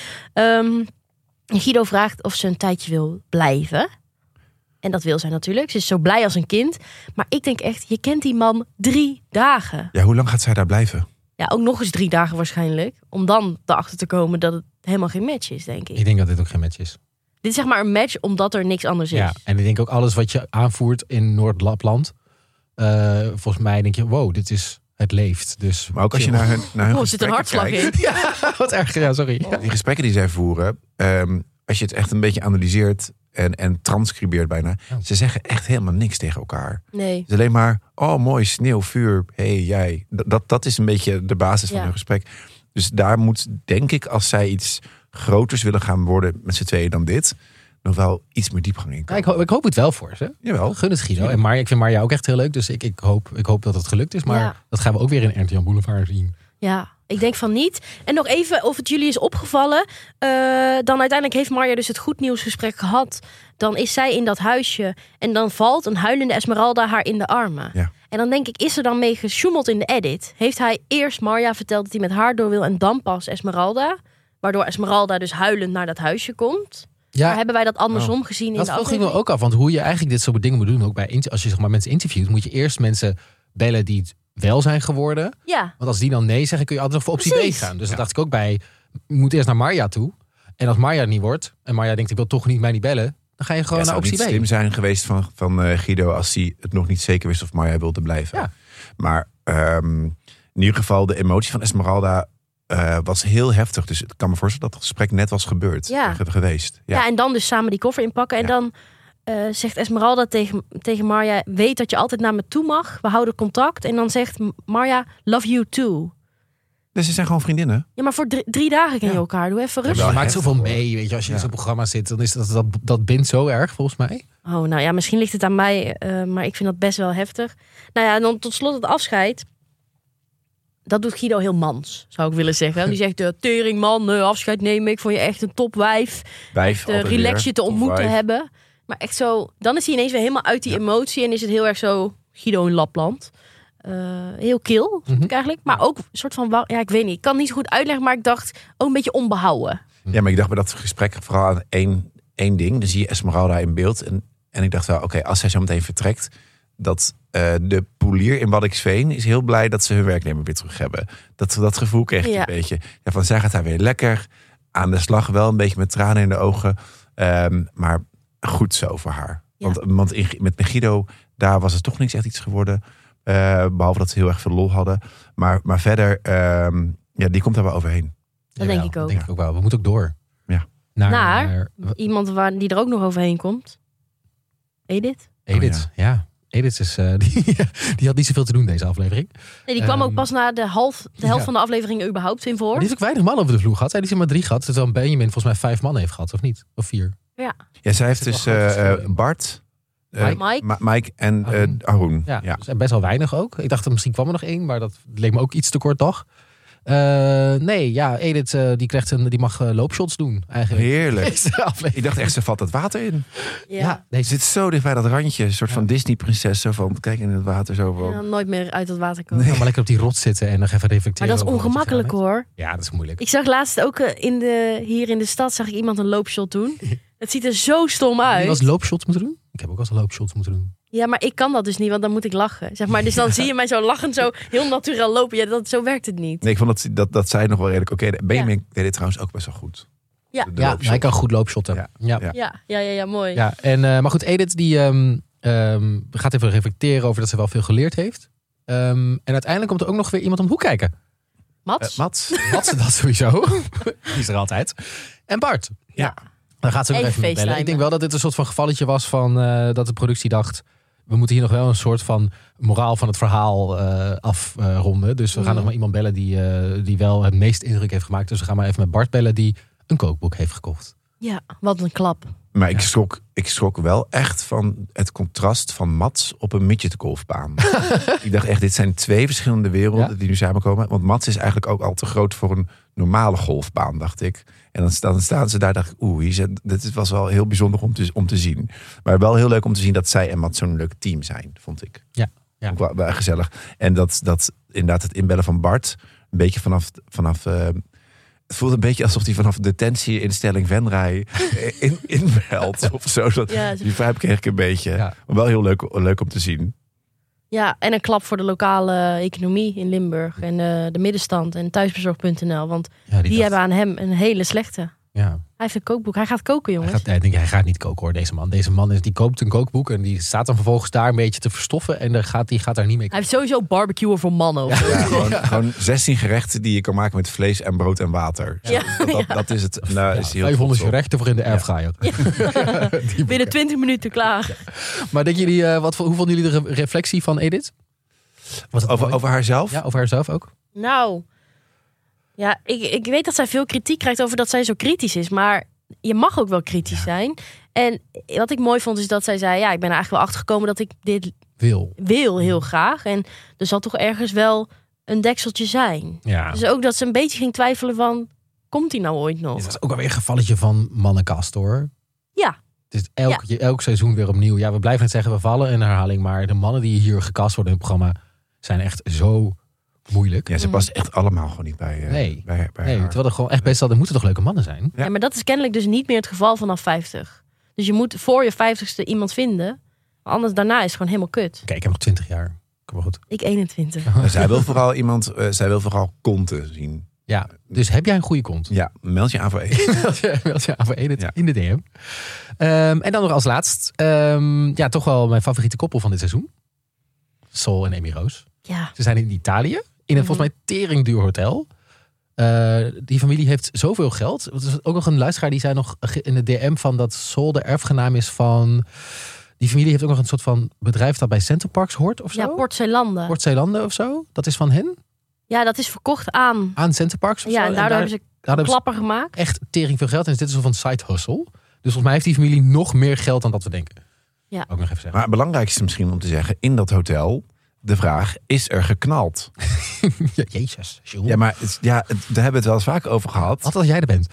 Guido vraagt of ze een tijdje wil blijven. En dat wil zij natuurlijk. Ze is zo blij als een kind. Maar ik denk echt, je kent die man 3 dagen. Ja, hoe lang gaat zij daar blijven? Ja, ook nog eens 3 dagen waarschijnlijk. Om dan erachter te komen dat het helemaal geen match is, denk ik. Ik denk dat dit ook geen match is. Dit is zeg maar een match omdat er niks anders is. Ja, en ik denk ook alles wat je aanvoert in Noord-Lapland. Volgens mij denk je, wow, dit is... Het leeft. Dus maar ook als je naar hun zit een hartslag in. Ja, wat erg. Ja, sorry. Ja, die gesprekken die zij voeren, als je het echt een beetje analyseert en transcribeert bijna, ze zeggen echt helemaal niks tegen elkaar. Nee. Het is alleen maar, oh mooi, sneeuw, vuur, hey, jij. Dat is een beetje de basis van hun gesprek. Dus daar moet, denk ik, als zij iets groters willen gaan worden met z'n tweeën dan dit, nog wel iets meer diepgang in komen. Ja, ik hoop het wel voor ze. Jawel. Gun het Guido. En ik vind Marja ook echt heel leuk. Dus ik hoop dat het gelukt is. Maar dat gaan we ook weer in RTL Boulevard zien. Ja, ik denk van niet. En nog even of het jullie is opgevallen. Dan uiteindelijk heeft Marja dus het goed nieuwsgesprek gehad. Dan is zij in dat huisje. En dan valt een huilende Esmeralda haar in de armen. Ja. En dan denk ik, is er dan mee gesjoemeld in de edit? Heeft hij eerst Marja verteld dat hij met haar door wil en dan pas Esmeralda? Waardoor Esmeralda dus huilend naar dat huisje komt. Ja. Maar hebben wij dat andersom gezien in de aflevering? Dat vroeg ik me ook af. Want hoe je eigenlijk dit soort dingen moet doen. Ook bij als je zeg maar mensen interviewt, moet je eerst mensen bellen die het wel zijn geworden. Ja. Want als die dan nee zeggen, kun je altijd nog voor optie B gaan. Dus dat dacht ik ook bij. Je moet eerst naar Marja toe. En als Marja het niet wordt. En Marja denkt, ik wil toch mij niet bellen. Dan ga je gewoon naar optie B. Het zou niet slim zijn geweest van Guido als hij het nog niet zeker wist of Marja wilde blijven. Ja. Maar in ieder geval de emotie van Esmeralda was heel heftig. Dus ik kan me voorstellen dat het gesprek net was gebeurd. Geweest. Ja, en dan dus samen die koffer inpakken. En dan zegt Esmeralda tegen Marja, weet dat je altijd naar me toe mag. We houden contact. En dan zegt Marja, love you too. Dus ze zijn gewoon vriendinnen. Ja, maar voor 3 dagen ken je elkaar. Doe even rustig. Je maakt zoveel mee. Weet je, als je in zo'n programma zit, dan is dat bindt zo erg, volgens mij. Oh, nou ja, misschien ligt het aan mij. Maar ik vind dat best wel heftig. Nou ja, en dan tot slot het afscheid. Dat doet Guido heel mans, zou ik willen zeggen. Die zegt, tering man, afscheid nemen. Ik vond je echt een topwijf. Relax je te ontmoeten hebben. Maar echt zo, dan is hij ineens weer helemaal uit die emotie. En is het heel erg zo, Guido in Lapland. Heel kil, eigenlijk. Maar ook een soort van, ja, ik weet niet. Ik kan het niet zo goed uitleggen, maar ik dacht ook een beetje onbehouden. Ja, maar ik dacht bij dat gesprek vooral aan één ding. Dan zie je Esmeralda in beeld. En ik dacht wel, oké, als zij zo meteen vertrekt, dat de poelier in Waddinxveen is heel blij dat ze hun werknemer weer terug hebben. Dat gevoel kreeg ik een beetje. Ja, van zij gaat daar weer lekker aan de slag, wel een beetje met tranen in de ogen. Maar goed zo voor haar. Ja. Want met Guido, daar was het toch niks echt iets geworden. Behalve dat ze heel erg veel lol hadden. Maar verder, die komt daar wel overheen. Dat denk ik ook. Dat denk ik ook wel. We moeten ook door. Ja. Naar iemand die er ook nog overheen komt. Edith, ja. Edith is, die had niet zoveel te doen deze aflevering. Nee, die kwam ook pas na de helft van de afleveringen überhaupt in voor. Die heeft ook weinig mannen over de vloer gehad. Zij die ze maar 3 gehad. Terwijl Benjamin volgens mij 5 mannen heeft gehad, of niet? Of 4. Ja, zij heeft dus Bart, Mike en Arun. Ja. Dus best wel weinig ook. Ik dacht dat misschien kwam er nog 1, maar dat leek me ook iets te kort toch. Nee, ja, Edith die mag loopshots doen eigenlijk. Heerlijk. Deze aflevering. Ik dacht echt, ze valt het water in. Ja, Ze zit zo dicht bij dat randje. Een soort van Disney-prinses. Zo van, kijk in het water zo van. Ja, nooit meer uit het water komen. Ga maar lekker op die rots zitten en nog even reflecteren. Maar dat is over wat je ongemakkelijk gedaan hoor. hebt. Ja, dat is moeilijk. Ik zag laatst ook hier in de stad zag ik iemand een loopshot doen. Het ziet er zo stom uit. Heb je wel eens loopshots moeten doen? Ik heb ook wel eens loopshots moeten doen. Ja, maar ik kan dat dus niet, want dan moet ik lachen. Zeg maar. Dus dan zie je mij zo lachend, zo heel natuurlijk lopen. Ja, zo werkt het niet. Nee, ik vond dat zij nog wel redelijk oké. Benjamin deed dit trouwens ook best wel goed. Ja. De Ja, loopshot. hij kan goed loopshotten. Ja. Ja, mooi. Ja, en, maar goed, Edith die gaat even reflecteren over dat ze wel veel geleerd heeft. En uiteindelijk komt er ook nog weer iemand om de hoek kijken. Mats? Mats? Mats, dat sowieso. Die is er altijd. En Bart. Ja. Dan gaat ze nog Even even met bellen. facetimen. Ik denk wel dat dit een soort van gevalletje was van dat de productie dacht, we moeten hier nog wel een soort van moraal van het verhaal afronden. Dus we gaan nog maar iemand bellen die wel het meest indruk heeft gemaakt. Dus we gaan maar even met Bart bellen die een kookboek heeft gekocht. Ja, wat een klap. Maar ik schrok wel echt van het contrast van Mats op een midgetgolfbaan. Ik dacht echt, dit zijn twee verschillende werelden die nu samenkomen. Want Mats is eigenlijk ook al te groot voor een normale golfbaan, dacht ik. En dan staan ze daar, dacht ik, dit was wel heel bijzonder om te zien. Maar wel heel leuk om te zien dat zij en Mats zo'n leuk team zijn, vond ik. Ja. Ook wel gezellig. En dat inderdaad het inbellen van Bart, een beetje vanaf het voelt een beetje alsof hij vanaf de detentieinstelling Venray inbelt of zo. Die vibe kreeg ik een beetje. Ja. Maar wel heel leuk om te zien. Ja, en een klap voor de lokale economie in Limburg. En de middenstand en thuisbezorg.nl. Want die hebben aan hem een hele slechte. Ja. Hij heeft een kookboek. Hij gaat koken, jongens. Hij gaat niet koken hoor, deze man. Deze man die koopt een kookboek en die staat dan vervolgens daar een beetje te verstoffen. En die gaat daar niet mee. Hij heeft sowieso barbecuen voor mannen. Gewoon 16 gerechten die je kan maken met vlees en brood en water. Dat is het. Nou, is hij heel 500 trots op. gerechten voor in de airfryer. Binnen 20 minuten klaar. Maar denken jullie, hoe vonden jullie de reflectie van Edith? Over haarzelf? Ja, over haarzelf ook. Nou, ja, ik weet dat zij veel kritiek krijgt over dat zij zo kritisch is. Maar je mag ook wel kritisch zijn. En wat ik mooi vond is dat zij zei, ja, ik ben er eigenlijk wel achter gekomen dat ik dit wil heel graag. En er zal toch ergens wel een dekseltje zijn. Ja. Dus ook dat ze een beetje ging twijfelen van, komt hij nou ooit nog? Het was ook alweer een gevalletje van mannenkast hoor. Ja. Het is elk seizoen weer opnieuw. Ja, we blijven het zeggen, we vallen in herhaling. Maar de mannen die hier gecast worden in het programma zijn echt zo moeilijk. Ja, ze past echt allemaal gewoon niet bij bij haar. Terwijl er gewoon echt best wel, er moeten toch leuke mannen zijn? Ja, maar dat is kennelijk dus niet meer het geval vanaf 50. Dus je moet voor je 50ste iemand vinden. Anders daarna is het gewoon helemaal kut. Kijk, ik heb nog 20 jaar. Kom maar goed. Ik 21. Zij wil vooral konten zien. Ja, dus heb jij een goede kont? Ja, meld je aan voor Edith. Meld je aan voor Edith in de DM. En dan nog als laatst, toch wel mijn favoriete koppel van dit seizoen. Sol en Amy Roos. Ja. Ze zijn in Italië, in een volgens mij teringduur hotel. Die familie heeft zoveel geld. Er is ook nog een luisteraar die zei nog in de DM van dat Sol de erfgenaam is van... Die familie heeft ook nog een soort van bedrijf dat bij Center Parks hoort of zo. Ja, Port Zeelanden. Port Zeelanden of zo. Dat is van hen. Ja, dat is verkocht aan Center Parks of zo. En daardoor hebben ze een klapper gemaakt. Echt tering veel geld. En dit is een soort van side hustle. Dus volgens mij heeft die familie nog meer geld dan dat we denken. Ja. Ook nog even zeggen. Maar het belangrijkste misschien om te zeggen, in dat hotel, de vraag, is er geknald? Ja, jezus. Ja, maar daar hebben we het wel eens vaak over gehad. Wat als jij er bent?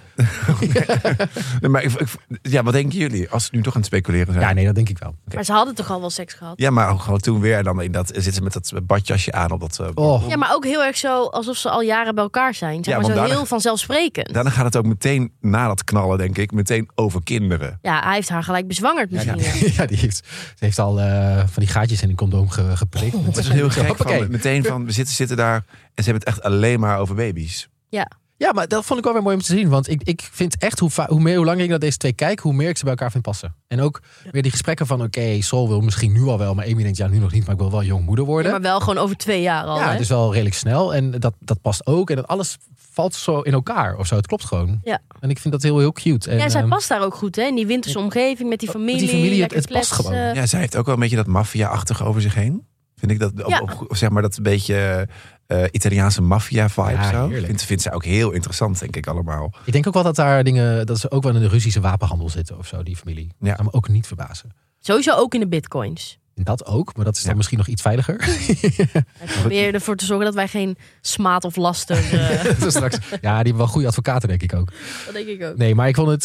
Nee, maar wat denken jullie? Als ze nu toch aan het speculeren zijn. Ja, nee, dat denk ik wel. Okay. Maar ze hadden toch al wel seks gehad? Ja, maar ook gewoon toen weer. En dan zitten ze met dat badjasje aan op dat... Ja, maar ook heel erg zo alsof ze al jaren bij elkaar zijn. Zeg maar zo heel vanzelfzelfsprekend. Daarna gaat het ook meteen, na dat knallen denk ik, meteen over kinderen. Ja, hij heeft haar gelijk bezwangerd misschien. Ja, ze heeft al van die gaatjes in een condoom geprikt. Dat is heel gek. Meteen van, we zitten daar en ze hebben het echt alleen maar over baby's. Ja, maar dat vond ik wel weer mooi om te zien. Want ik vind echt, hoe langer ik naar deze twee kijk, hoe meer ik ze bij elkaar vind passen. En ook weer die gesprekken van, oké, Sol wil misschien nu al wel, maar Amy denkt, ja, nu nog niet, maar ik wil wel jongmoeder worden. Ja, maar wel gewoon over 2 jaar al. Ja, het is wel redelijk snel. En dat past ook. En dat alles valt zo in elkaar of zo. Het klopt gewoon. Ja. En ik vind dat heel cute. En, zij past daar ook goed, hè? In die winterse omgeving met die familie. Het past gewoon. Ja, zij heeft ook wel een beetje dat maffia-achtige over zich heen. Vind ik dat, zeg maar dat een beetje Italiaanse maffia-vibe zo. Vindt zij ook heel interessant, denk ik allemaal. Ik denk ook wel dat daar dat ze ook wel in de Russische wapenhandel zitten of zo, die familie. Ja. Dat zou me ook niet verbazen. Sowieso ook in de bitcoins. Dat ook, maar dat is dan misschien nog iets veiliger. En probeer ervoor te zorgen dat wij geen smaad of laster... Straks, ja, die hebben wel goede advocaten, denk ik ook. Dat denk ik ook. Nee, maar ik vond het...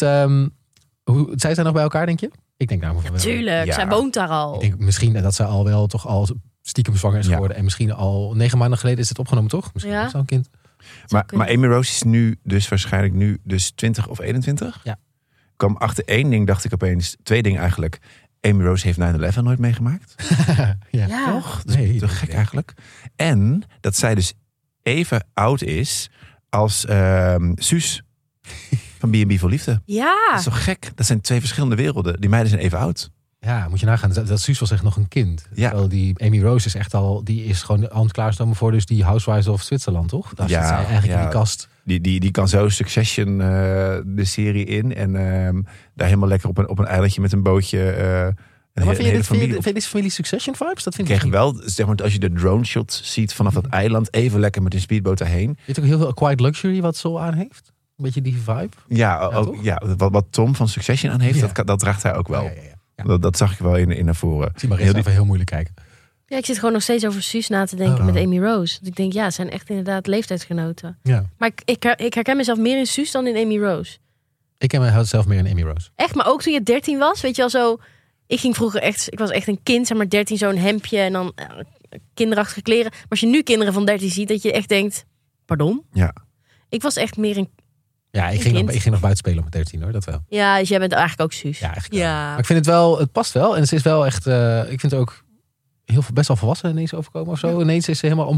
zij zijn nog bij elkaar, denk je? Ik denk namelijk wel. Tuurlijk, Ja. zij woont daar al. Ik denk misschien dat ze al wel toch al stiekem zwanger is geworden. En misschien al 9 maanden geleden is het opgenomen, toch? Misschien Ja. ook zo'n kind. Maar Amy Rose is nu dus waarschijnlijk 20 of 21. Ja. Ik kwam achter 1 ding, dacht ik opeens. 2 dingen eigenlijk. Amy Rose heeft 9/11 nooit meegemaakt. Ja. Toch? Dat is Nee, te gek eigenlijk. En dat zij dus even oud is als Suus van B&B voor Liefde. Ja. Dat is toch gek? Dat zijn 2 verschillende werelden. Die meiden zijn even oud. Ja, moet je nagaan. Dat Suus was echt nog een kind. Ja. Terwijl die Amy Rose is echt al... Die is gewoon aan het klaarstomen voor dus die Housewives of Zwitserland, toch? Daar zit zij eigenlijk in die kast. Die kan zo Succession de serie in. En daar helemaal lekker op een eilandje met een bootje... Maar vind je hele familie vind je deze familie Succession vibes? Dat vind Ik ik kreeg niet. wel, zeg maar, als je de drone shot ziet vanaf dat eiland, even lekker met een speedboot daarheen. Je hebt ook heel veel Acquired Luxury wat zo aan heeft. Een beetje die vibe. Ja, wat Tom van Succession aan heeft, Ja. dat draagt hij ook wel. Ja. Dat zag ik wel in naar voren. Ik zie maar Heel even heel moeilijk kijken. Ja, ik zit gewoon nog steeds over Suus na te denken met Amy Rose. Want ik denk, ja, het zijn echt inderdaad leeftijdsgenoten. Ja. Maar ik herken mezelf meer in Suus dan in Amy Rose. Ik ken mezelf meer in Amy Rose. Echt, maar ook toen je 13 was, weet je wel zo... Ik ging vroeger echt, ik was echt een kind, zeg maar 13, zo'n hemdje en dan kinderachtige kleren. Maar als je nu kinderen van 13 ziet, dat je echt denkt, pardon? Ja. Ik was echt meer een... Ja, ik ging nog buiten spelen met 13 hoor, dat wel. Ja, dus jij bent eigenlijk ook Suus. Ja, eigenlijk wel. Ja. Maar ik vind het wel, het past wel. En ze is wel echt, ik vind het ook best wel volwassen ineens overkomen of zo. Ja. Ineens is ze helemaal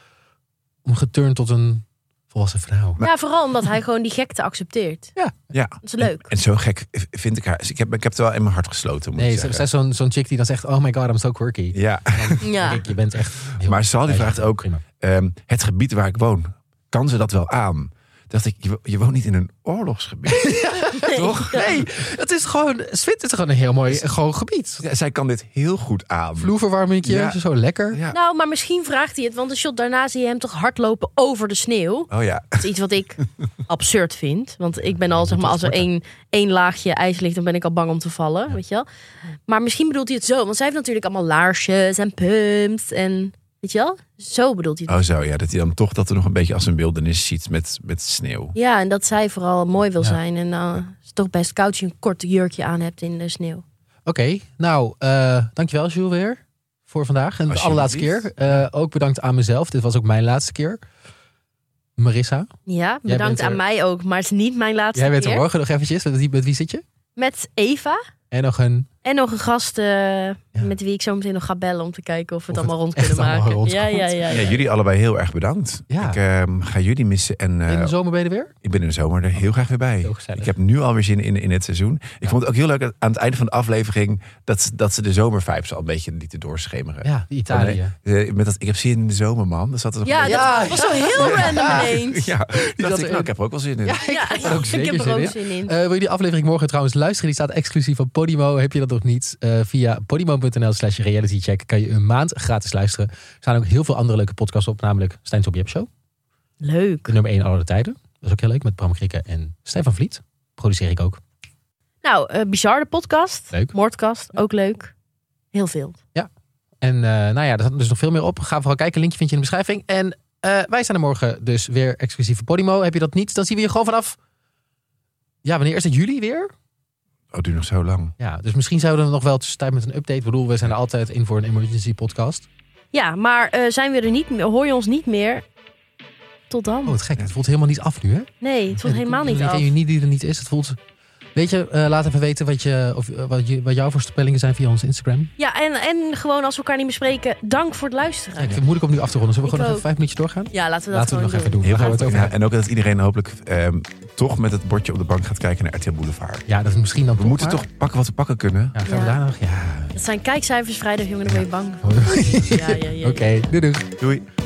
omgeturnd tot een volwassen vrouw. Ja, vooral omdat hij gewoon die gekte accepteert. Ja. Dat is leuk. En zo gek vind ik haar. Dus ik heb het wel in mijn hart gesloten, moet Nee, ik ze zeggen. is zo'n chick die dan zegt, oh my god, I'm so quirky. Ja, Ja. Je bent echt heel maar Sal die vraagt ook, prima. het gebied waar ik woon, kan ze dat wel aan? Dacht ik, je woont niet in een oorlogsgebied. Toch? Nee, het is gewoon, Zwit is gewoon een heel mooi gewoon gebied. Ja, zij kan dit heel goed aan. Vloerverwarmingje, Ja. zo lekker. Ja. Nou, maar misschien vraagt hij het, want de shot daarna zie je hem toch hardlopen over de sneeuw. Oh ja. Dat is iets wat ik absurd vind. Want ik ben al, zeg maar, als er één laagje ijs ligt, dan ben ik al bang om te vallen. Weet je wel? Maar misschien bedoelt hij het zo. Want zij heeft natuurlijk allemaal laarsjes en pumps en... Weet je wel? Zo bedoelt hij het. Oh zo, ja. Dat hij dan toch dat er nog een beetje als een wildernis ziet met sneeuw. Ja, en dat zij vooral mooi wil Ja. zijn. En dan is het toch best koud als je een kort jurkje aan hebt in de sneeuw. Oké, nou, dankjewel Jules weer voor vandaag. En de allerlaatste keer. Ook bedankt aan mezelf. Dit was ook mijn laatste keer. Marissa, Ja, bent bedankt er- aan mij ook. Maar het is niet mijn laatste jij bent er keer. morgen nog eventjes. Met wie zit je? Met Eva. En nog een... En nog een gast met wie ik zo meteen nog ga bellen om te kijken of we het Of het allemaal rond echt kunnen allemaal maken. rondkomt. Ja. Ja, jullie allebei heel erg bedankt. Ja. Ik ga jullie missen. En, in de zomer ben je er weer? ik ben in de zomer er heel graag weer bij. Heel gezellig. Ik heb nu alweer zin in het seizoen. Ik vond het ook heel leuk aan het einde van de aflevering dat ze de zomervibes al een beetje lieten doorschemeren. Ja, Italië. Met dat, ik heb zin in de zomer, man. Dat zat er nog Ja, een dat was zo heel random ineens. Ja, die dacht zat ik, er- nou, ik heb er ook wel zin in. Ja, Ja, ik heb er ook zeker ik heb er ook zin in. zin in. Wil je die aflevering morgen trouwens luisteren? Die staat exclusief op Podimo. Heb je dat nog niet? Via podimo.nl/realitycheck kan je een maand gratis luisteren. Er staan ook heel veel andere leuke podcasts op. Namelijk Stijn Top Show. Leuk. De nummer 1 aller tijden. Dat is ook heel leuk met Bram Krikke en Stijn van Vliet. Produceer ik ook. Nou, Bizar de podcast. Leuk. Moordkast, ook leuk. Heel veel. En nou ja, er staat dus nog veel meer op. Ga vooral kijken. Linkje vind je in de beschrijving. En wij zijn er morgen dus weer exclusief op Podimo. Heb je dat niet? Dan zien we je gewoon vanaf... Ja, wanneer is het? Juli weer? Oh, duurt nog zo lang. Ja, dus misschien zouden we nog wel tussentijd met een update. Ik bedoel, we zijn er altijd in voor een emergency podcast. Ja, maar zijn we er niet meer? Hoor je ons niet meer? Tot dan. Oh, wat gek. Het voelt helemaal niet af nu, hè? Nee, het voelt helemaal niet af. Een reunie die er niet is. Het voelt... Weet je, laat even weten wat jouw voorspellingen zijn via ons Instagram. Ja, en gewoon als we elkaar niet meer spreken, dank voor het luisteren. Ja, ik vind het moeilijk om nu af te ronden. Zullen we Ik gewoon nog ook. even 5 minuutjes doorgaan? Ja, laten we dat Laten we het nog gewoon even doen. Heel Daar gaan we graag. het over Ja, hebben. en ook dat iedereen hopelijk toch met het bordje op de bank gaat kijken naar RTL Boulevard. Ja, dat is misschien dan We moeten toch pakken wat we pakken kunnen. Ja, gaan we Ja. daar nog? Ja. Dat zijn kijkcijfers vrijdag, jongen, daar ben je bang. Ja. Oké, doei doei. Doei.